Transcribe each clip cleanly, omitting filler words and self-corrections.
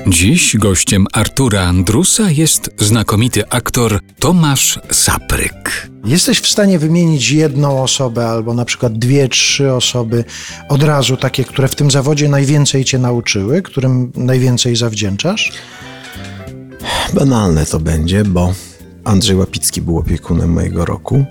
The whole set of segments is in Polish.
Dziś gościem Artura Andrusa jest znakomity aktor Tomasz Sapryk. Jesteś w stanie wymienić jedną osobę albo na przykład 2-3 osoby od razu takie, które w tym zawodzie najwięcej cię nauczyły, którym najwięcej zawdzięczasz? Banalne to będzie, bo Andrzej Łapicki był opiekunem mojego roku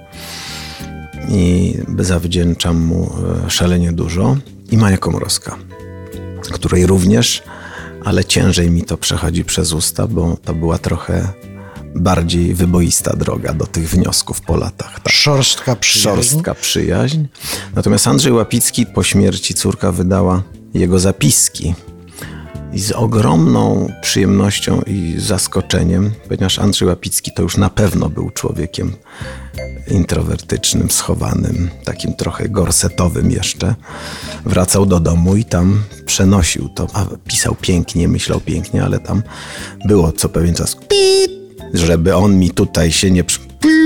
i zawdzięczam mu szalenie dużo. I Maja Komorowska, której również, ale ciężej mi to przechodzi przez usta, bo to była trochę bardziej wyboista droga do tych wniosków po latach. Tak. Szorstka przyjaźń. Natomiast Andrzej Łapicki po śmierci córka wydała jego zapiski. I z ogromną przyjemnością i zaskoczeniem, ponieważ Andrzej Łapicki to już na pewno był człowiekiem introwertycznym, schowanym, takim trochę gorsetowym jeszcze, wracał do domu i tam przenosił to. A pisał pięknie, myślał pięknie, ale tam było co pewien czas, żeby on mi tutaj się nie...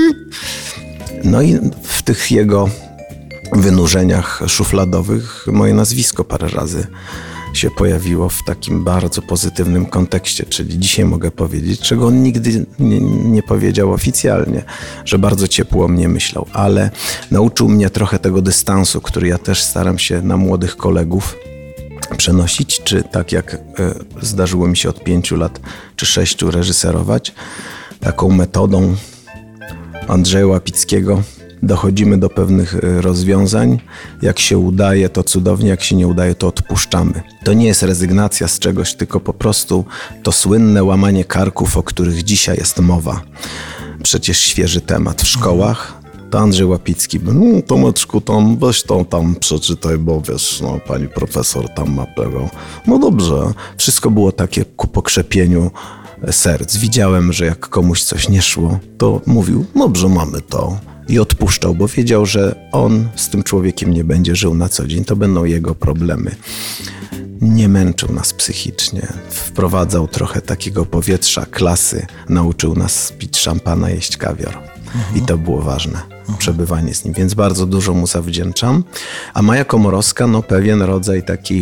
No i w tych jego wynurzeniach szufladowych moje nazwisko parę razy się pojawiło w takim bardzo pozytywnym kontekście, czyli dzisiaj mogę powiedzieć, czego on nigdy nie powiedział oficjalnie, że bardzo ciepło o mnie myślał, ale nauczył mnie trochę tego dystansu, który ja też staram się na młodych kolegów przenosić, czy tak jak zdarzyło mi się od 5 lat czy 6 reżyserować, taką metodą Andrzeja Łapickiego. Dochodzimy do pewnych rozwiązań. Jak się udaje, to cudownie, jak się nie udaje, to odpuszczamy. To nie jest rezygnacja z czegoś, tylko po prostu to słynne łamanie karków, o których dzisiaj jest mowa. Przecież świeży temat w szkołach. To Andrzej Łapicki, Tomeczku, tam weź to tam przeczytaj, bo wiesz, no, pani profesor tam ma tego. No dobrze. Wszystko było takie ku pokrzepieniu serc. Widziałem, że jak komuś coś nie szło, to mówił, dobrze, mamy to. I odpuszczał, bo wiedział, że on z tym człowiekiem nie będzie żył na co dzień. To będą jego problemy. Nie męczył nas psychicznie. Wprowadzał trochę takiego powietrza, klasy. Nauczył nas pić szampana, jeść kawior. I to było ważne. Przebywanie z nim. Więc bardzo dużo mu zawdzięczam. A Maja Komorowska, no pewien rodzaj takiej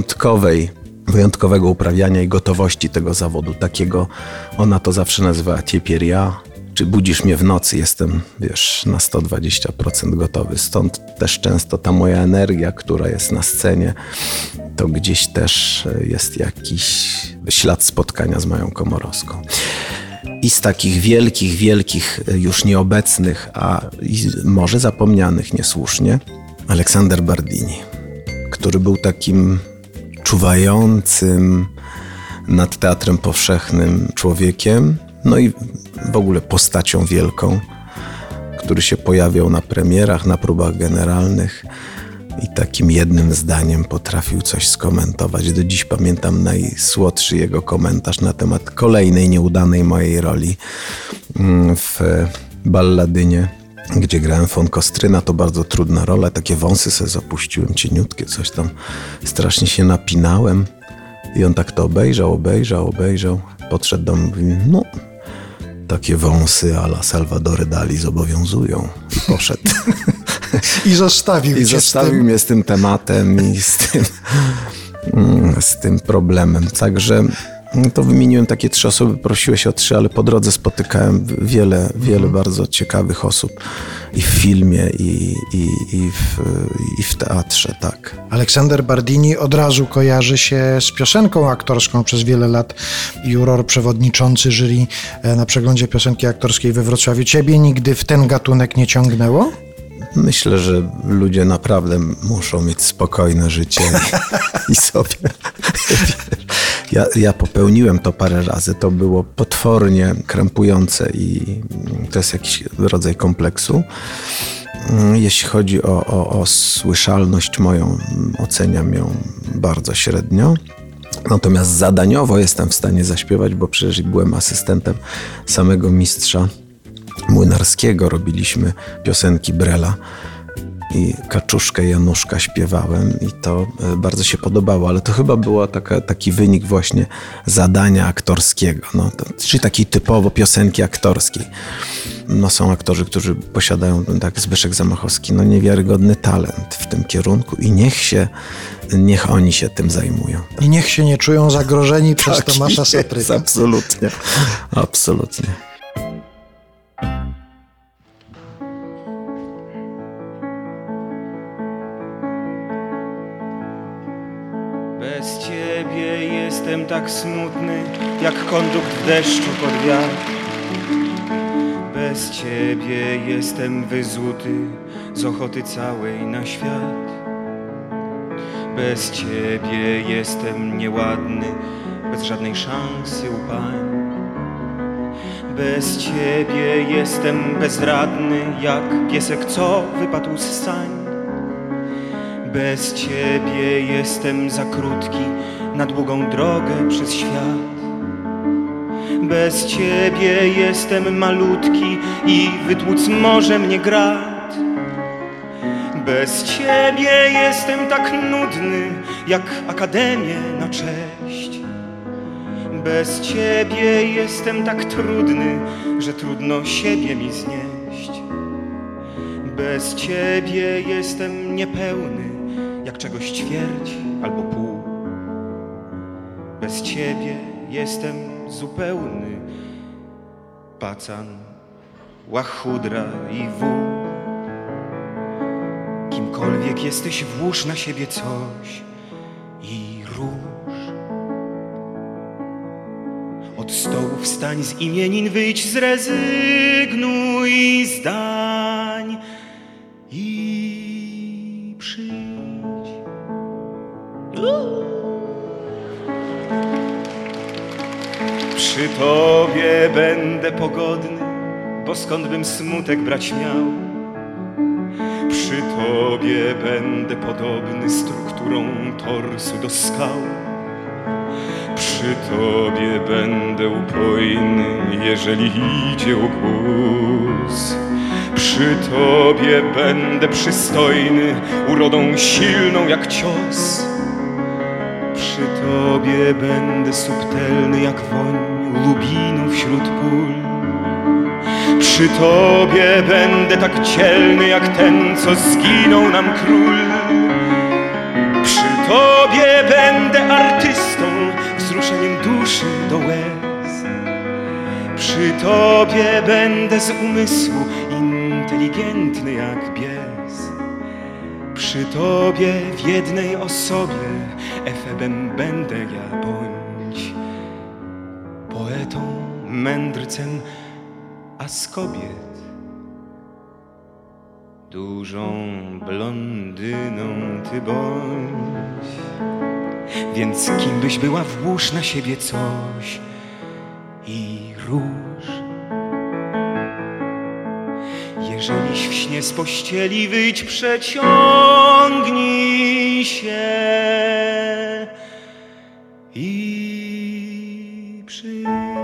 wyjątkowego uprawiania i gotowości tego zawodu. Takiego, ona to zawsze nazywała tiepieria. Czy budzisz mnie w nocy, jestem, wiesz, na 120% gotowy. Stąd też często ta moja energia, która jest na scenie, to gdzieś też jest jakiś ślad spotkania z Mają Komorowską. I z takich wielkich, już nieobecnych, a może zapomnianych niesłusznie, Aleksander Bardini, który był takim czuwającym nad teatrem powszechnym człowiekiem, no i w ogóle postacią wielką, który się pojawiał na premierach, na próbach generalnych i takim jednym zdaniem potrafił coś skomentować. Do dziś pamiętam najsłodszy jego komentarz na temat kolejnej nieudanej mojej roli w Balladynie, gdzie grałem von Kostryna. To bardzo trudna rola, takie wąsy sobie zapuściłem, cieniutkie, coś tam. Strasznie się napinałem i on tak to obejrzał, podszedł do mnie, mówi, no takie wąsy a la Salvador Dali zobowiązują. I poszedł. I zostawił mnie z tym tematem i z tym problemem. Także to wymieniłem takie 3 osoby, prosiłeś o 3, ale po drodze spotykałem wiele bardzo ciekawych osób i w filmie, i w teatrze, tak. Aleksander Bardini od razu kojarzy się z piosenką aktorską. Przez wiele lat juror, przewodniczący jury na przeglądzie piosenki aktorskiej we Wrocławiu. Ciebie nigdy w ten gatunek nie ciągnęło? Myślę, że ludzie naprawdę muszą mieć spokojne życie i sobie... Ja popełniłem to parę razy, to było potwornie krępujące i to jest jakiś rodzaj kompleksu. Jeśli chodzi o słyszalność moją, oceniam ją bardzo średnio. Natomiast zadaniowo jestem w stanie zaśpiewać, bo przecież byłem asystentem samego mistrza Młynarskiego. Robiliśmy piosenki Brela i Kaczuszkę Januszka śpiewałem i to bardzo się podobało, ale to chyba był taki wynik właśnie zadania aktorskiego, no, czyli takiej typowo piosenki aktorskiej. No, są aktorzy, którzy posiadają, tak Zbyszek Zamachowski, no niewiarygodny talent w tym kierunku i niech oni się tym zajmują. Tak. I niech się nie czują zagrożeni przez Tomasza Satryka. Absolutnie, absolutnie. Bez ciebie jestem tak smutny, jak kondukt w deszczu pod wiatr. Bez ciebie jestem wyzuty z ochoty całej na świat. Bez ciebie jestem nieładny, bez żadnej szansy u pań. Bez ciebie jestem bezradny, jak piesek, co wypadł z sań. Bez ciebie jestem za krótki na długą drogę przez świat. Bez ciebie jestem malutki i wytłuc może mnie grat. Bez ciebie jestem tak nudny, jak akademię na cześć. Bez ciebie jestem tak trudny, że trudno siebie mi znieść. Bez ciebie jestem niepełny, jak czegoś ćwierć albo pół. Bez ciebie jestem zupełny, pacan, łachudra i wół. Kimkolwiek jesteś, włóż na siebie coś i rusz. Od stołu wstań, z imienin wyjdź, zrezygnuj zdań i przyjdź. Przy tobie będę pogodny, bo skąd bym smutek brać miał? Przy tobie będę podobny strukturą torsu do skał. Przy tobie będę upojny, jeżeli idzie o głos. Przy tobie będę przystojny, urodą silną jak cios. Przy tobie będę subtelny jak woń lubinu wśród pól. Przy tobie będę tak dzielny jak ten, co zginął nam król. Przy tobie będę artystą, wzruszeniem duszy do łez. Przy tobie będę z umysłu inteligentny jak bies. Przy tobie w jednej osobie efebem będę ja, bądź poetą, mędrcem, a z kobiet dużą blondyną ty bądź. Więc kim byś była, włóż na siebie coś i rusz. Jeżeliś w śnie z pościeli, wyjdź, przeciągnij się i przyjdź.